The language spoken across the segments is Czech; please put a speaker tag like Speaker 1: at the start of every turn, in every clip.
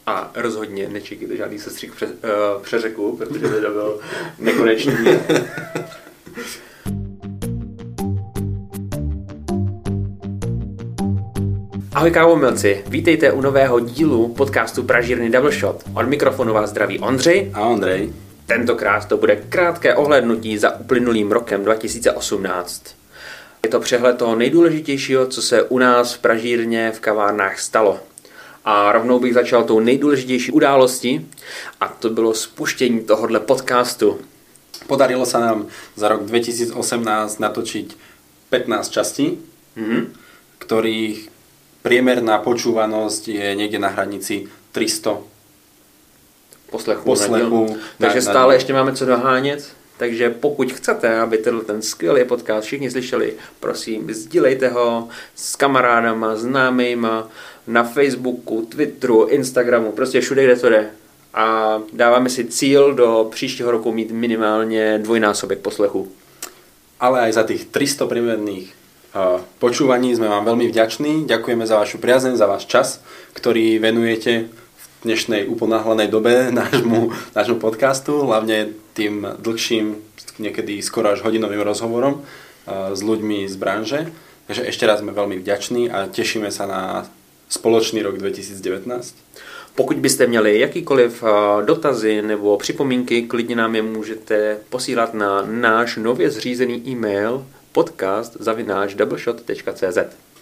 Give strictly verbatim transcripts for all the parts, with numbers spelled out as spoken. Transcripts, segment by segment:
Speaker 1: A rozhodně nečekejte žádný sestřih pře, uh, přeřeku, protože by to byl nekonečný. Ahoj kávomilci, vítejte u nového dílu podcastu Pražírny Double Shot. Od mikrofonu vás zdraví Ondřej
Speaker 2: a Ondrej.
Speaker 1: Tentokrát to bude krátké ohlédnutí za uplynulým rokem dva tisíce osmnáct. Je to přehled toho nejdůležitějšího, co se u nás v Pražírně v kavárnách stalo. A rovnou bych začal tou nejdůležitější událostí a to bylo spuštění tohohle podcastu.
Speaker 2: Podarilo sa nám za rok dvetisícosemnásť natočiť pätnásť častí, mm-hmm. ktorých priemerná počúvanosť je niekde na hranici tristo
Speaker 1: poslechu.
Speaker 2: poslechu
Speaker 1: na, Takže na, stále na... ještě máme co dohánět. Takže pokud chcete, aby tenhle ten skvělý podcast všichni slyšeli, prosím, sdílejte ho s kamarádama, známejma, na Facebooku, Twitteru, Instagramu, prostě všude, kde to jde. A dáváme si cíl do příštího roku mít minimálně dvojnásobek poslechu.
Speaker 2: Ale aj za tých tristo priemerných uh, počúvaní sme vám veľmi vďační. Ďakujeme za vašu priazeň, za váš čas, ktorý venujete v dnešnej uponáhlanej dobe nášmu, nášmu podcastu, hlavne tým dlhším, niekedy skoro až hodinovým rozhovorom uh, s ľuďmi z branže. Takže ešte raz sme veľmi vďační a tešíme sa na společný rok dvetisícdevätnásť.
Speaker 1: Pokud byste měli jakýkoliv dotazy nebo připomínky, klidně nám je můžete posílat na náš nově zřízený e-mail podcast zavináč doubleshot tečka cz.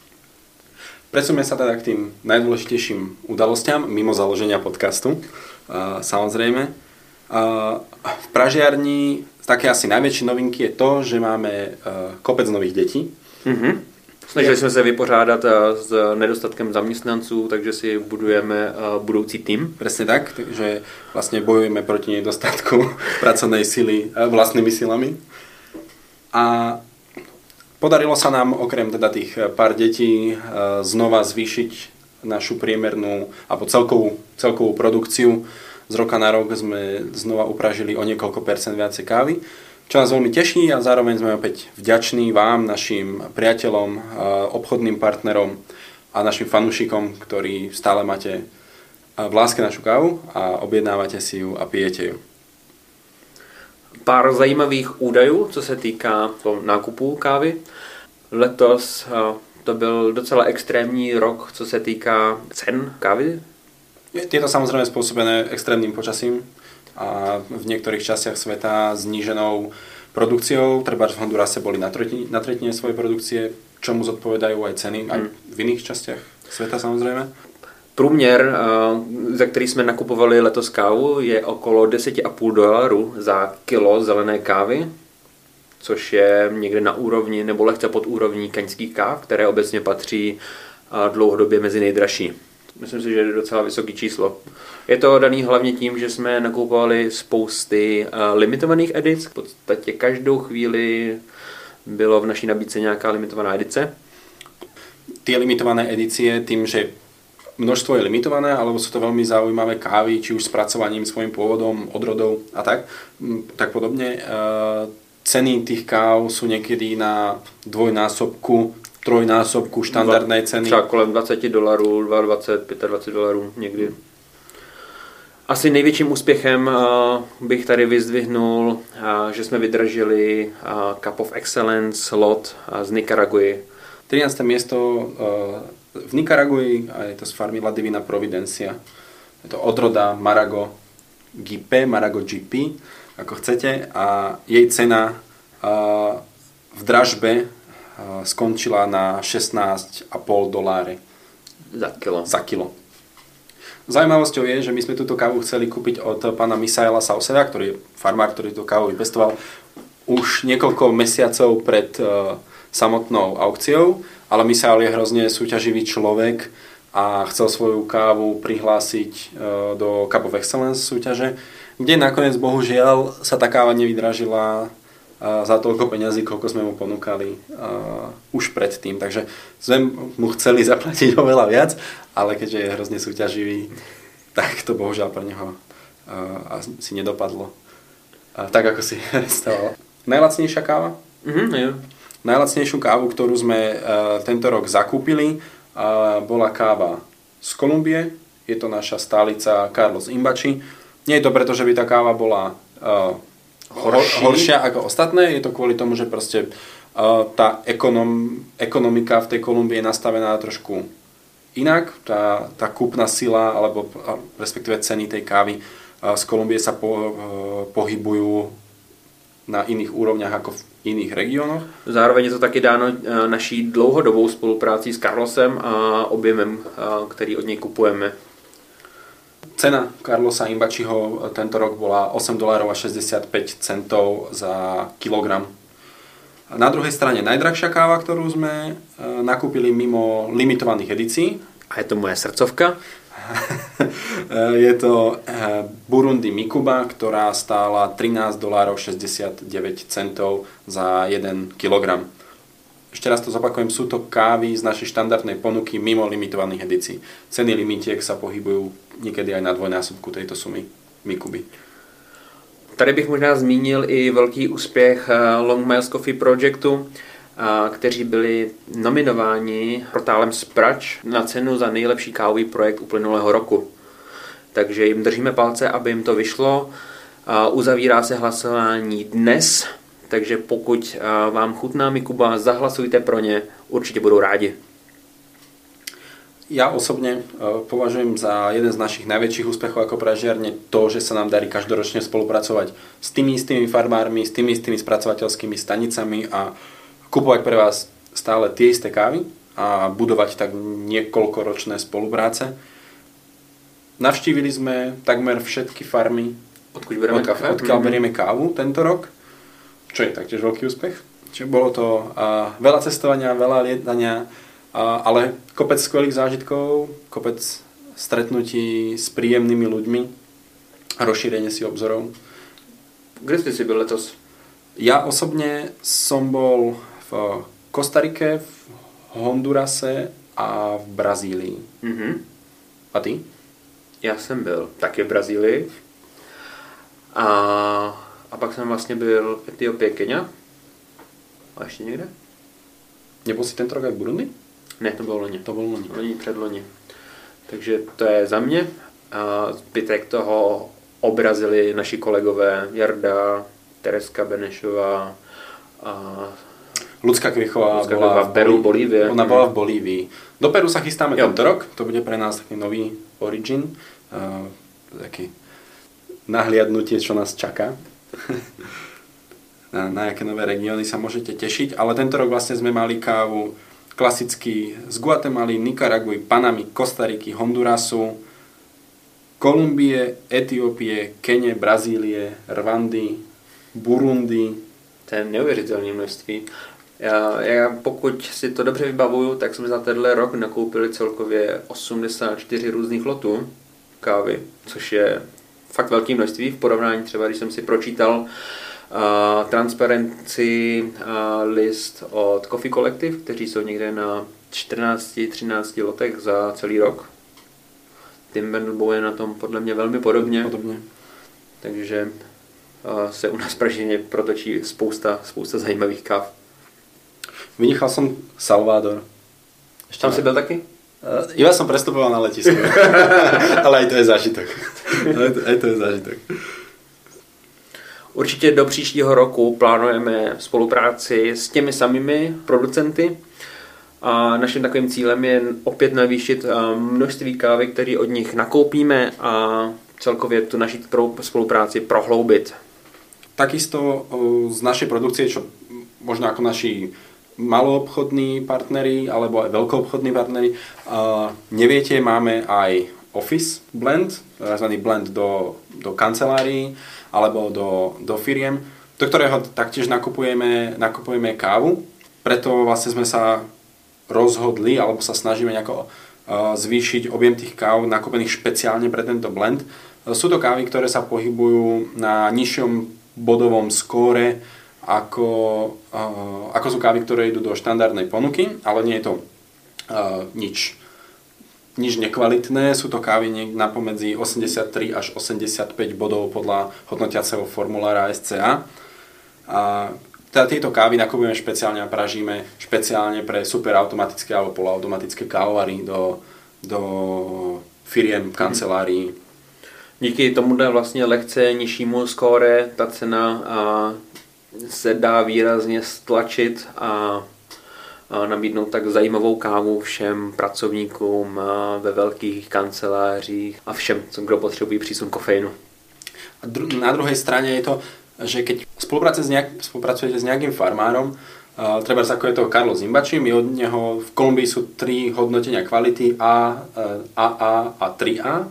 Speaker 2: Presuňme sa teda k tým najdôležitejším udalostiam mimo založenia podcastu. Uh, samozrejme. Uh, v Pražiarni také asi najväčšie novinky je to, že máme uh, kopec nových detí.
Speaker 1: Mm-hmm. Snažili jsme se vypořádat s nedostatkem zaměstnanců, takže si budujeme budoucí tým.
Speaker 2: Presne tak, takže vlastne bojujeme proti nedostatku pracovnej sily vlastnými silami. A podarilo sa nám okrem teda tých pár detí znova zvýšiť našu priemernú alebo celkovú, celkovú produkciu. Z roka na rok sme znova upražili o niekoľko percent viacej kávy, čo nás veľmi teší a zároveň sme opäť vďační vám, našim priateľom, obchodným partnerom a našim fanúšikom, ktorí stále máte v láske našu kávu a objednávate si ju a pijete ju.
Speaker 1: Pár zajímavých údajů, co se týká nákupu kávy. Letos to byl docela extrémní rok, co se týká cen kávy.
Speaker 2: Je to samozrejme spôsobené extrémnym počasím a v niektorých častiach sveta zníženou produkciou. Treba v Hondurase boli na tretine, na tretine svojej produkcie, čomu zodpovedajú aj ceny, aj v iných častiach sveta samozrejme.
Speaker 1: Průměr, za který jsme nakupovali letos kávu, je okolo deset a půl dolarů za kilo zelené kávy, což je někde na úrovni nebo lehce pod úrovní kaňských káv, které obecně patří dlouhodobě mezi nejdražší. Myslím si, že je docela vysoké číslo. Je to daný hlavně tím, že jsme nakupovali spousty uh, limitovaných edic. V podstatě každou chvíli bylo v naší nabídce nějaká limitovaná edice.
Speaker 2: Tie limitované edície tým, že množstvo je limitované, alebo sú to veľmi zaujímavé kávy, či už spracovaním, svojím pôvodom, odrodov a tak, tak podobne. Uh, ceny tých káv sú niekedy na dvojnásobku trojnásobku štandardnej ceny.
Speaker 1: Třeba kolem dvacet dolarů, dvacet dva, dvacet pět dolarů někdy. Asi největším úspěchem uh, bych tady vyzdvihnul, uh, že jsme vydražili uh, Cup of Excellence lot uh, z Nikaraguji.
Speaker 2: trináste miesto uh, v Nikaraguji a je to z farmy La Divina Providencia. Je to odroda Marago G P, Marago G P, ako chcete. A jej cena uh, v dražbe skončila na šestnásť a pol doláre
Speaker 1: za kilo.
Speaker 2: za kilo. Zajímavosťou je, že my sme túto kávu chceli kúpiť od pána Misaela Sauseda, ktorý je farmár, ktorý túto kávu vypestoval už niekoľko mesiacov pred uh, samotnou aukciou, ale Misael je hrozne súťaživý človek a chcel svoju kávu prihlásiť uh, do Cup of Excellence súťaže, kde nakoniec bohužiaľ sa tá káva nevydražila za toľko peňazí, koľko sme mu ponúkali uh, už predtým. Takže sme mu chceli zaplatiť oveľa viac, ale keďže je hrozne súťaživý, tak to bohužiaľ pre neho uh, si nedopadlo uh, tak, ako si stával. Najlacnejšia káva?
Speaker 1: Mm-hmm, jo.
Speaker 2: Najlacnejšiu kávu, ktorú sme uh, tento rok zakúpili, uh, bola káva z Kolumbie Je to naša stálica Carlos Imbachi. Nie je to preto, že by tá káva bola uh, Horší. horšia ako ostatné, je to kvôli tomu, že proste uh, tá ekonom, ekonomika v tej Kolumbii je nastavená trošku inak. Tá, tá kúpna sila, alebo uh, respektíve ceny tej kávy uh, z Kolumbie sa po, uh, pohybujú na iných úrovniach ako v iných regiónoch.
Speaker 1: Zároveň je to taky dáno uh, naší dlouhodobou spoluprácí s Carlosem a objemem, uh, který od něj kupujeme.
Speaker 2: Cena Carlosa Imbachiho tento rok bola osem dolárov a šesťdesiatpäť centov za kilogram. Na druhej strane najdrahšia káva, ktorú sme nakúpili mimo limitovaných edícií.
Speaker 1: A je to moje srdcovka.
Speaker 2: Je to Burundi Mikuba, ktorá stála trinásť dolárov šesťdesiatdeväť centov za jeden kilogram. Ešte raz to zopakujem, sú to kávy z našej štandardnej ponuky mimo limitovaných edícií. Ceny limitiek sa pohybujú někdy aj na dvojnásobku této sumy Mikuby.
Speaker 1: Tady bych možná zmínil i velký úspěch Long Miles Coffee Projectu, kteří byli nominováni portálem Sprač na cenu za nejlepší kávový projekt uplynulého roku. Takže jim držíme palce, aby jim to vyšlo. Uzavírá se hlasování dnes, takže pokud vám chutná Mikuba, zahlasujte pro ně, určitě budou rádi.
Speaker 2: Ja osobne považujem za jeden z našich najväčších úspechov ako pražiarne to, že sa nám darí každoročne spolupracovať s tými istými farmármi, s tými istými spracovateľskými stanicami a kupovať pre vás stále tie isté kávy a budovať tak niekoľkoročné spolupráce. Navštívili sme takmer všetky farmy,
Speaker 1: odkud berieme
Speaker 2: od,
Speaker 1: kafe.
Speaker 2: odkiaľ berieme kávu tento rok, čo je taktiež veľký úspech. Čiže bolo to uh, veľa cestovania, veľa lietania, ale kopec skvelých zážitkov, kopec stretnutí s príjemnými ľuďmi a rozšírenie si obzorov.
Speaker 1: Kde ste si byl letos?
Speaker 2: Ja osobne som bol v Kostarike, v Hondurase a v Brazílii.
Speaker 1: Mm-hmm.
Speaker 2: A ty?
Speaker 1: Já jsem byl taky v Brazílii. A, a pak jsem vlastně byl v Etiopii, Kenia. A ještě někde?
Speaker 2: Nebol si tento rok aj v Burundi?
Speaker 1: Ne, to bylo loni.
Speaker 2: To bylo loni.
Speaker 1: Loni, předloni. Takže to je za mě. A zbytek toho obrazili naši kolegové Jarda, Tereska Benešová a
Speaker 2: Ľudská Kvichová
Speaker 1: Ľudská
Speaker 2: bola
Speaker 1: v Peru, Bolívie.
Speaker 2: Ona bola v Bolívii. Do Peru sa chystáme
Speaker 1: jo.
Speaker 2: tento rok. To bude pre nás taký nový origin. Uh, taký nahliadnutie, čo nás čaká. na, na jaké nové regióny sa môžete tešiť. Ale tento rok vlastne sme mali kávu klasicky z Guatemaly, Nikaraguy, Panamy, Kostariky, Hondurasu, Kolumbie, Etiópie, Kenie, Brazílie, Rwandy, Burundi.
Speaker 1: To je neuvěřitelné množství. Já, já pokud si to dobře vybavuju, tak jsme za tenhle rok nakoupili celkově osmdesát čtyři různých lotů kávy, což je fakt velké množství v porovnání třeba, když jsem si pročítal uh, transparenci uh, list od Coffee Collective, kteří jsou někde na čtrnáct třináct lotech za celý rok. Tim Wendelboe je na tom podle mě velmi podobně.
Speaker 2: Podobně.
Speaker 1: Takže uh, se u nás v Pražině protočí spousta, spousta zajímavých káv.
Speaker 2: Vynechal som Salvador.
Speaker 1: Ešte tam si byl taky?
Speaker 2: Uh, iba som prestupoval na letisko. Ale aj to je zážitok. aj, to, aj to je zážitok.
Speaker 1: Určitě do příštího roku plánujeme spolupráci s těmi samými producenty a naším takovým cílem je opět navýšit množství kávy, které od nich nakoupíme a celkově tu naši spolupráci prohloubit.
Speaker 2: Takisto z našej produkcie, čo možno ako naši maloobchodní partneri alebo aj veľkoobchodní partneri, neviete, máme aj office blend, tzv. blend do, do kancelárií alebo do, do firiem, do ktorého taktiež nakupujeme, nakupujeme kávu. Preto vlastne sme sa rozhodli, alebo sa snažíme nejako zvýšiť objem tých káv nakúpených špeciálne pre tento blend. Sú to kávy, ktoré sa pohybujú na nižšom bodovom skóre ako, uh, ako sú kávy, ktoré idú do štandardnej ponuky, ale nie je to uh, nič, nič nekvalitné. Sú to kávy napomedzi osemdesiattri až osemdesiatpäť bodov podľa hodnotiaceho formulára es cé á. A teda tieto kávy nakupujeme špeciálne a pražíme špeciálne pre superautomatické alebo poloautomatické kávovary do, do firiem, kancelárií.
Speaker 1: Díky tomuhle vlastně lehce nižšímu skóre ta cena a, se dá výrazně stlačit a, a nabídnout tak zajímavou kávu všem pracovníkům ve velkých kancelářích a všem, kdo potřebují přísun kofeinu.
Speaker 2: A dru- na druhej strane je to, že keď spolupracujete s, nejak, spolupracujete s nejakým farmárom, uh, treba ako je to Carlos Zimbači, my od neho v Kolumbii sú tri hodnotenia kvality A, á á a tri á, uh,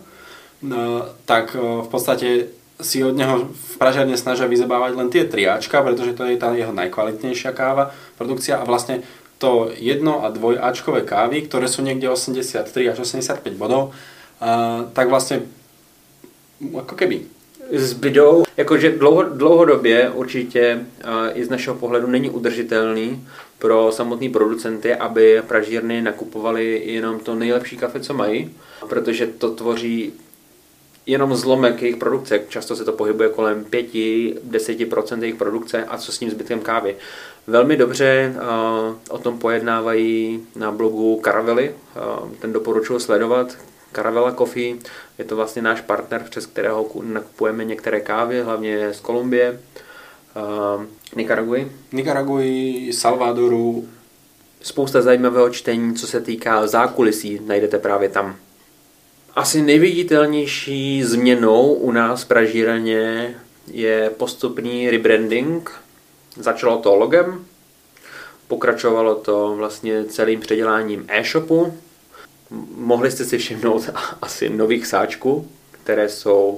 Speaker 2: tak uh, v podstate si od neho v pražiarne snažia vyzabávať len tie tri áčka, pretože to je tá jeho najkvalitnejšia káva, produkcia a vlastne to jedno a dvoj áčkové kávy, ktoré sú niekde osemdesiattri až osemdesiatpäť bodov, uh, tak vlastne ako keby
Speaker 1: zbydou, jakože dlouho, dlouhodobě určitě uh, i z našeho pohledu není udržitelný pro samotný producenty, aby pražírny nakupovali jenom to nejlepší kafe, co mají, protože to tvoří jenom zlomek jejich produkce. Často se to pohybuje kolem pět až deset procent jejich produkce a co s tím zbytkem kávy. Velmi dobře uh, o tom pojednávají na blogu Caravely, uh, ten doporučuji sledovat. Caravela Coffee, je to vlastně náš partner, přes kterého nakupujeme některé kávy, hlavně z Kolumbie, uh, Nikaraguji.
Speaker 2: Nikaraguji, Salvadoru.
Speaker 1: Spousta zajímavého čtení, co se týká zákulisí, najdete právě tam. Asi nejviditelnější změnou u nás v pražírně je postupný rebranding. Začalo to logem, pokračovalo to vlastně celým předěláním e-shopu. Mohli jste si všimnout asi nových sáčků, které jsou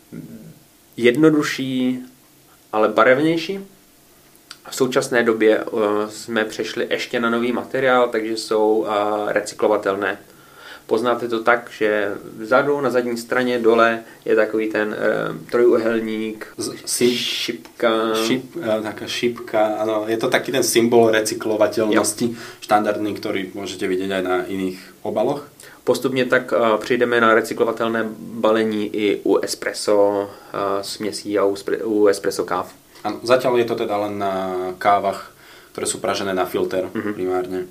Speaker 1: jednodušší, ale barevnější. V současné době jsme přešli ještě na nový materiál, takže jsou recyklovatelné. Poznáte to tak, že vzadu na zadní straně dole je takový ten trojuhelník, šipka.
Speaker 2: Šip, taká šipka, ano, je to taký ten symbol recyklovateľnosti, jo. Štandardný, ktorý môžete vidieť aj na iných obaloch.
Speaker 1: Postupně tak uh, přejdeme na recyklovatelné balení i u espresso uh, směsí a u, u espresso káv.
Speaker 2: Ano, zatiaľ je to teda len na kávach, ktoré sú pražené na filter mm-hmm. primárne.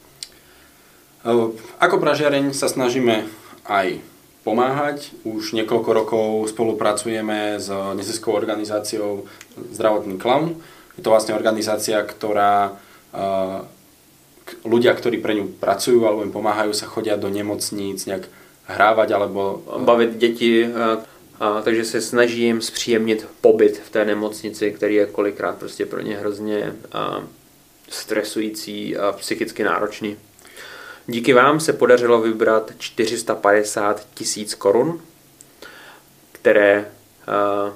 Speaker 2: Uh, ako pražiareň sa snažíme aj pomáhať. Už niekoľko rokov spolupracujeme s neziskovou organizáciou Zdravotný klaun. Je to vlastne organizácia, ktorá uh, ľudia, ktorí pre ňu pracujú alebo im pomáhajú, sa chodia do nemocníc nejak hrávať alebo
Speaker 1: bavit děti, a, a, takže se snaží jim zpříjemnit pobyt v té nemocnici, který je kolikrát prostě pro ně hrozně a, stresující a psychicky náročný. Díky vám se podařilo vybrat čtyři sta padesát tisíc korun, které a,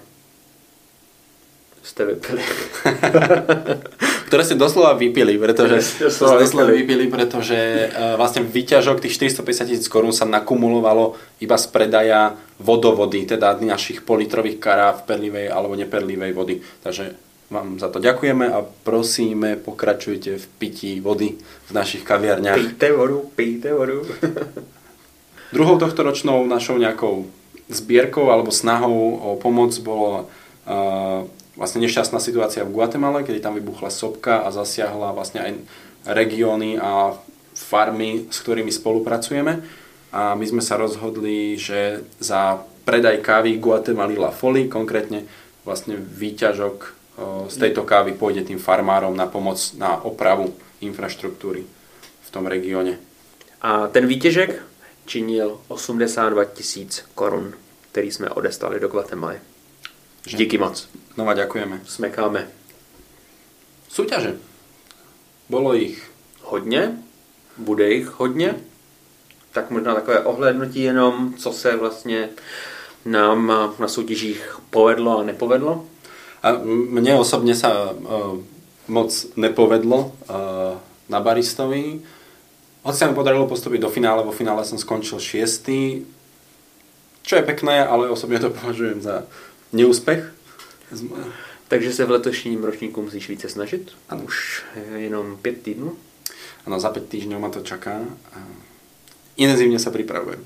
Speaker 1: jste vypili.
Speaker 2: Ktoré ste doslova vypili, pretože, doslova, doslova vypili, pretože uh, vlastne výťažok tých štyristopäťdesiat tisíc korún sa nakumulovalo iba z predaja vodovody, teda našich politrových karáv perlivej alebo neperlivej vody. Takže vám za to ďakujeme a prosíme, pokračujte v pití vody v našich kaviarniach.
Speaker 1: Pijte vodu, pijte vodu.
Speaker 2: Druhou tohtoročnou našou nejakou zbierkou alebo snahou o pomoc bolo uh, vlastne nešťastná situácia v Guatemale, kedy tam vybuchla sopka a zasiahla vlastne aj regióny a farmy, s ktorými spolupracujeme. A my sme sa rozhodli, že za predaj kávy Guatemaly La Folie, konkrétne vlastne výťažok z tejto kávy pôjde tým farmárom na pomoc na opravu infraštruktúry v tom regióne.
Speaker 1: A ten výtěžek činil osmdesát dva tisíc korun, který jsme odeslali do Guatemaly. Díky moc.
Speaker 2: Znova ďakujeme.
Speaker 1: Smekáme.
Speaker 2: Súťaže. Bolo ich
Speaker 1: hodně, bude jich hodně. Tak možná takové ohlédnutí jenom, co se vlastně nám na soutěžích povedlo a nepovedlo.
Speaker 2: A mne osobne sa uh, moc nepovedlo uh, na baristovi. Hoci sa mi podarilo postúpiť do finále, vo finále som skončil šiestý, čo je pekné, ale osobne to považujem za neúspech.
Speaker 1: Takže se v letošním ročníku musíš více snažit? Ano. Už jenom pět týdnů?
Speaker 2: Ano, za pět týždňov ma to čaká. Intenzívne sa pripravujem.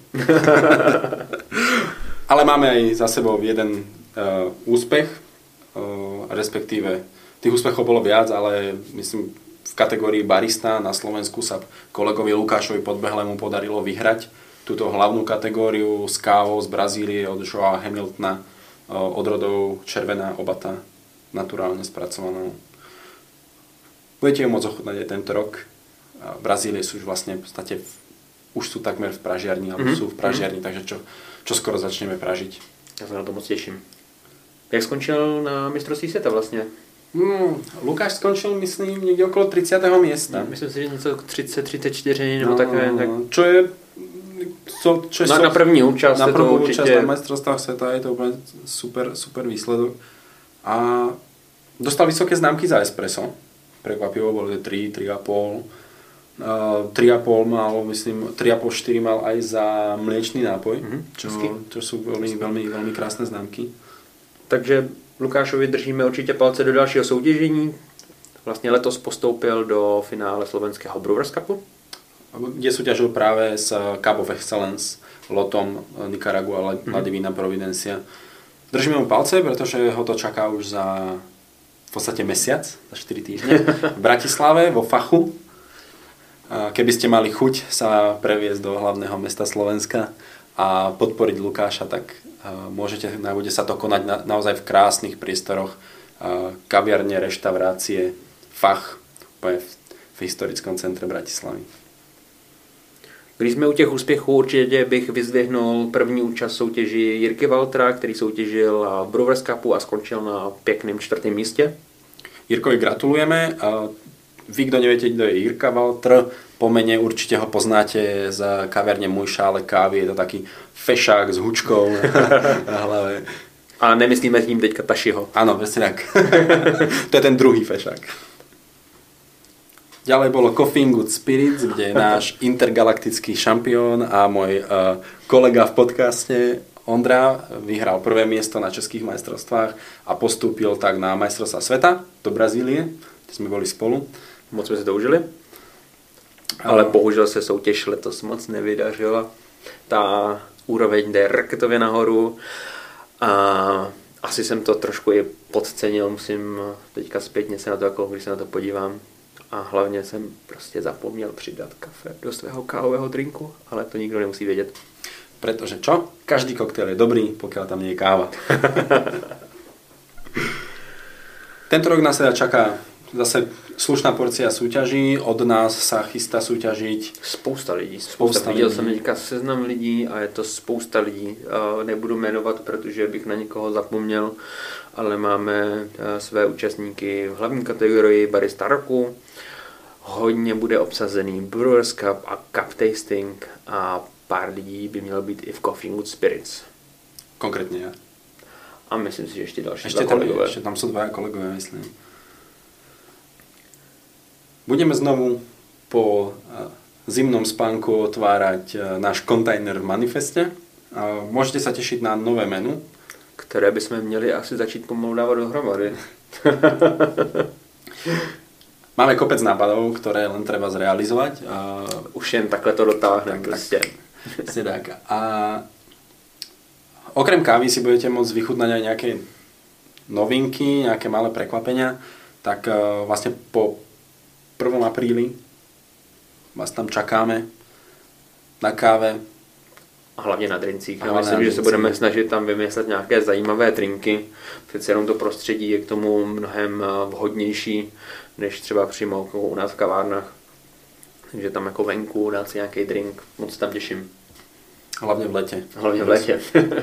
Speaker 2: Ale máme aj za sebou jeden uh, úspech, uh, respektíve tých úspechov bolo viac, ale myslím v kategórii barista na Slovensku sa kolegovi Lukášovi Podbehlému podarilo vyhrať túto hlavnú kategóriu s kávou z Brazílie od Joea Hamiltona, odrodov červená obata, naturálne spracovanou. Budete ju môcť ochutnať aj tento rok. V Brazílii sú už vlastne v podstate, už sú takmer v pražiarni, alebo mm-hmm. sú v pražiarni, takže čo, čo skoro začneme pražiť.
Speaker 1: Ja sa na to moc teším. Jak skončil na mistrovství světa vlastně?
Speaker 2: Hmm, Lukáš skončil, myslím, někde okolo třicátého miesta.
Speaker 1: Myslím si, že něco třicet, třicet čtyři nebo no, takové. Tak...
Speaker 2: Čo je... Co, čo je
Speaker 1: na,
Speaker 2: so,
Speaker 1: na první účast
Speaker 2: na
Speaker 1: je to určitě...
Speaker 2: účast na majstrovstvách sveta je to úplně super, super výsledok. A dostal vysoké známky za espresso. Prekvapivo, boli tri, tri a pol. Uh, tri a pol mal, myslím, tri a pol, štyri mal aj za mliečný nápoj. Mm-hmm. Čo, čo sú veľmi, veľmi, veľmi krásne známky.
Speaker 1: Takže Lukášovi držíme určitě palce do dalšího soutěžení. Vlastně letos postoupil do finále slovenského Brewers Cupu.
Speaker 2: Kde súťažil práve s Cup of Excellence, lotom Nicaragua, La Divina Providencia. Držíme mu palce, pretože ho to čaká už za v podstate mesiac, za štyri týždne v Bratislave, vo fachu. Keby ste mali chuť sa previesť do hlavného mesta Slovenska a podporiť Lukáša, tak môžete, bude sa to konať na, naozaj v krásnych priestoroch, kaviarne, reštaurácie, fach, v, v historickom centre Bratislavy.
Speaker 1: Když jsme u těch úspěchů, určitě bych vyzdvihnul první účast soutěži Jirky Valtra, který soutěžil v Brewers Cupu a skončil na pěkném čtvrtém místě.
Speaker 2: Jirkovi gratulujeme. Vy, kdo neviete, kdo je Jirka Valtr, po mene určite ho poznáte z kaviarne Môj šálek kávy. Je to taký fešák s hučkou na hlave.
Speaker 1: A nemyslíme tím teďka Tašiho.
Speaker 2: Áno, presne tak. To je ten druhý fešák. Ďalej bolo Coffee and Good Spirits, kde je náš intergalaktický šampión a môj uh, kolega v podcaste Ondra vyhral prvé miesto na českých majstrovstvách a postúpil tak na majstrovstvá sveta do Brazílie, kde sme boli spolu.
Speaker 1: Moc jsme si to užili, ale uh, bohužel se soutěž letos moc nevydařila. Ta úroveň jde raketově nahoru a asi jsem to trošku i podcenil, musím teďka zpětně se na to, jako když se na to podívám. A hlavně jsem prostě zapomněl přidat kafe do svého kávového drinku, ale to nikdo nemusí vědět.
Speaker 2: Pretože čo? Každý koktejl je dobrý, pokiaľ tam nie je káva. Tento rok nás teda čaká zase slušná porcia súťaží. Od nás sa chystá súťažiť
Speaker 1: spousta lidí. Spousta, spousta viděl lidí. Jsem teďka seznam lidí a je to spousta lidí. Nebudu jmenovat, protože bych na někoho zapomněl, ale máme své účastníky v hlavní kategorii barista roku. Hodně bude obsazený Brewers Cup a Cup Tasting a pár lidí by mělo být i v Coffee and Good Spirits.
Speaker 2: Konkrétně ja.
Speaker 1: A myslím si, že ještě další
Speaker 2: ještě
Speaker 1: dva
Speaker 2: tam,
Speaker 1: kolegové.
Speaker 2: Ještě tam jsou dva kolegové, myslím. Budeme znovu po zimnom spánku otvárať náš kontajner v Manifeste. Môžete sa tešiť na nové menu,
Speaker 1: které bychom měli asi začít pomalu dávat dohromady.
Speaker 2: Máme kopec nápadov, ktoré len treba zrealizovať.
Speaker 1: Už jen takhle to dotáhneme.
Speaker 2: Tak, prostě. Tak, tak. A okrem kávy si budete môcť vychutnať aj nejaké novinky, nejaké malé prekvapenia. Tak vlastne po prvom apríli vás tam čakáme na káve.
Speaker 1: A hlavně na drincích. Já myslím, že se budeme snažit tam vymyslet nějaké zajímavé drinky. Přece jenom to prostředí je k tomu mnohem vhodnější, než třeba přímo u nás v kavárnách. Takže tam jako venku dát si nějaký drink. Moc tam těším.
Speaker 2: Hlavně v letě.
Speaker 1: Hlavně v letě.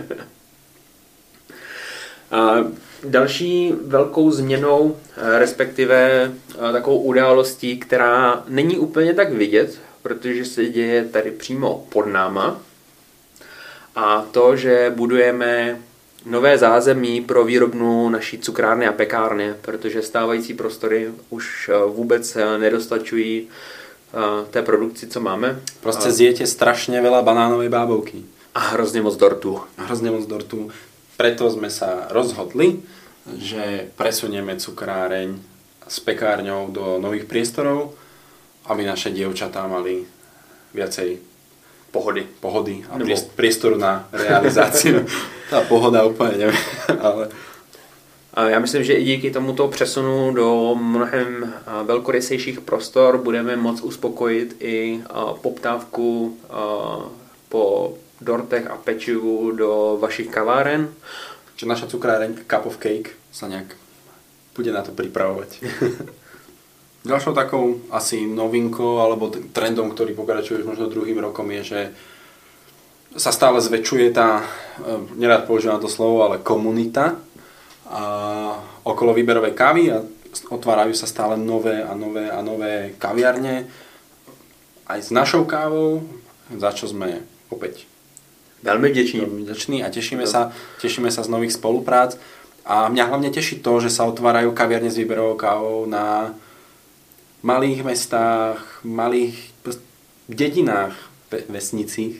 Speaker 1: A další velkou změnou, respektive takovou událostí, která není úplně tak vidět, protože se děje tady přímo pod náma, a to, že budujeme nové zázemí pro výrobnu naší cukrárny a pekárny, protože stávající prostory už vůbec nedostačují té produkci, co máme.
Speaker 2: Prostě zjete strašně veľa banánovej bábovky.
Speaker 1: A hrozně moc dortu.
Speaker 2: A hrozně moc dortu. Preto sme sa rozhodli, že presunieme cukráreň s pekárňou do nových priestorov, aby naše dievčatá mali viacej
Speaker 1: pohody,
Speaker 2: pohody a Nebo... priestoru na realizáciu. Tá pohoda úplne neviem, ale...
Speaker 1: A já myslím, že i díky tomuto přesunu do mnohem velkorysejších prostor budeme moct uspokojit i poptávku po dortech a pečivu do vašich kaváren.
Speaker 2: Čiže naša cukráreň Cup of Cake sa nejak bude na to pripravovať. Ďalšou takou asi novinkou alebo trendom, ktorý pokračuje už možno druhým rokom, je, že sa stále zväčšuje tá, nerád používam to slovo, ale komunita a okolo výberovej kávy a otvárajú sa stále nové a nové a nové kaviarne aj s našou kávou, za čo sme opäť
Speaker 1: veľmi vďační.
Speaker 2: Veľmi vďační a tešíme sa, tešíme sa z nových spoluprác. A mňa hlavne teší to, že sa otvárajú kaviarne s výberovou kávou na malých mestách, malých dedinách, vesnicích.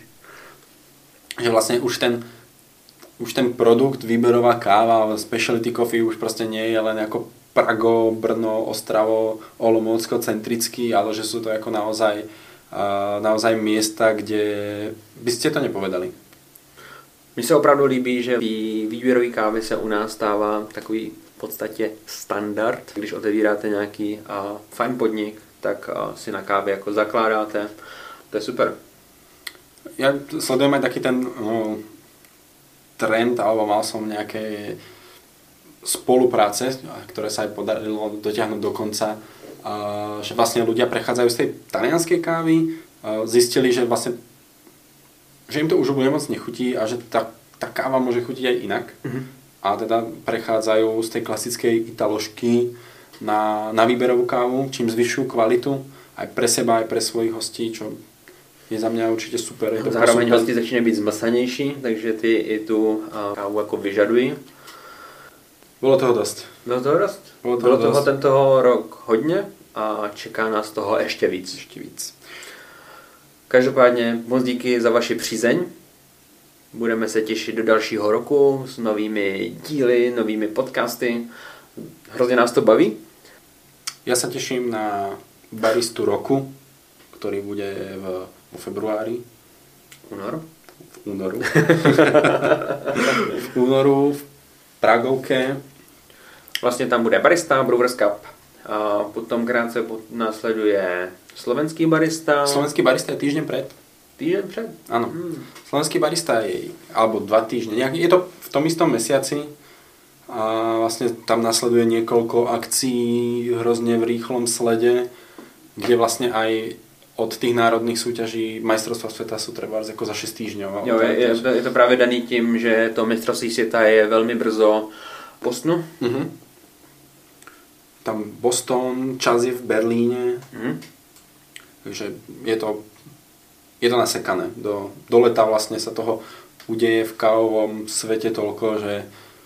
Speaker 2: Že vlastne už ten, už ten produkt, výberová káva, specialty coffee už proste nie je len ako Prago, Brno, Ostravo, Olomoucko centrický, ale že sú to ako naozaj, naozaj miesta, kde by ste to nepovedali.
Speaker 1: Mně se opravdu líbí, že výběrový kávy se u nás stává takový v podstatě standard. Když otevíráte nějaký uh, fajn podnik, tak uh, si na kávě jako zakládáte. To je super.
Speaker 2: Ja sledujem aj taký ten no, trend, alebo mal som nejaké spolupráce, ktoré sa aj podarilo dotiahnuť do konca, uh, že vlastne ľudia prechádzajú z tej talianskej kávy, uh, zistili, že vlastne že im to už bude moc nechutí a že tá, tá káva môže chutiť aj inak. Mm-hmm. A teda prechádzajú z tej klasickej italošky na, na výberovú kávu, čím zvyšujú kvalitu aj pre seba, aj pre svojich hostí, čo je za mňa určite super. Je to
Speaker 1: zároveň hosti začínají být zmlsanější, takže ty i tu kávu jako vyžadují.
Speaker 2: Bylo toho dost.
Speaker 1: Bylo toho dost?
Speaker 2: Bylo toho,
Speaker 1: Bylo toho
Speaker 2: dost.
Speaker 1: tento rok hodně a čeká nás toho ještě víc.
Speaker 2: Ještě víc.
Speaker 1: Každopádně moc díky za vaši přízeň. Budeme se těšit do dalšího roku s novými díly, novými podcasty. Hrozně nás to baví.
Speaker 2: Ja sa teším na baristu roku, ktorý bude v, v februári.
Speaker 1: Únor.
Speaker 2: V únoru. v únoru v Pragovke.
Speaker 1: Vlastně tam bude barista, Brewers Cup. A potom krátce následuje slovenský barista.
Speaker 2: Slovenský barista je týždeň pred.
Speaker 1: Týždeň pred?
Speaker 2: Áno. Hmm. Slovenský barista je, alebo dva týždne. Je to v tom istom mesiaci a vlastne tam nasleduje niekoľko akcií hrozne v rýchlom slede, kde vlastne aj od tých národných súťaží majstrovstva sveta sú trebárs jako za šesť týždňov.
Speaker 1: Jo, je, je, je to právě daný tím, že to mistrovství světa je velmi brzo v Bostonu.
Speaker 2: Uh-huh. Tam Boston, čas je v Berlíne. Uh-huh. Takže je to, je to nasekané. Do, do leta vlastne sa toho udeje v kávovom svete toľko, že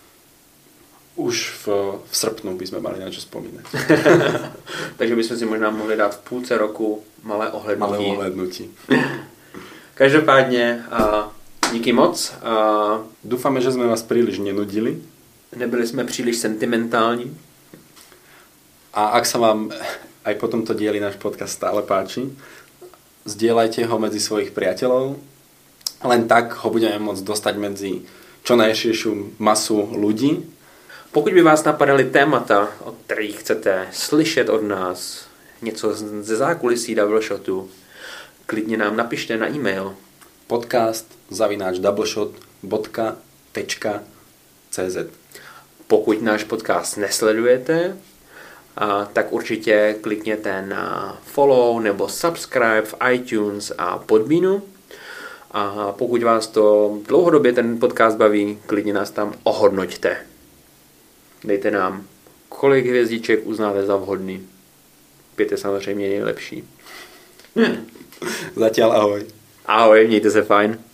Speaker 2: už v, v srpnu by sme mali na čo spomínať.
Speaker 1: Takže bychom si možná mohli dát v půlce roku malé ohlednutí.
Speaker 2: Malé ohlednutí.
Speaker 1: Každopádně a díky moc. A
Speaker 2: dúfame, že sme vás príliš nenudili.
Speaker 1: Nebyli jsme příliš sentimentální.
Speaker 2: A ak sa vám aj po tomto dieli náš podcast stále páči, zdieľajte ho medzi svojich priateľov. Len tak ho budeme môcť dostať medzi čo najširšiu masu ľudí.
Speaker 1: Pokud by vás napadaly témata, o kterých chcete slyšet od nás, něco ze zákulisí Doubleshotu, klidně nám napište na e-mail
Speaker 2: podcast zavináč doubleshot bodka cz.
Speaker 1: Pokud náš podcast nesledujete, a tak určitě klikněte na follow nebo subscribe v iTunes a Podbeanu. A pokud vás to dlouhodobě ten podcast baví, klidně nás tam ohodnoťte. Dejte nám, kolik hvězdiček uznáte za vhodný. Pět je samozřejmě nejlepší.
Speaker 2: Zatiaľ ahoj.
Speaker 1: Ahoj, mějte se fajn.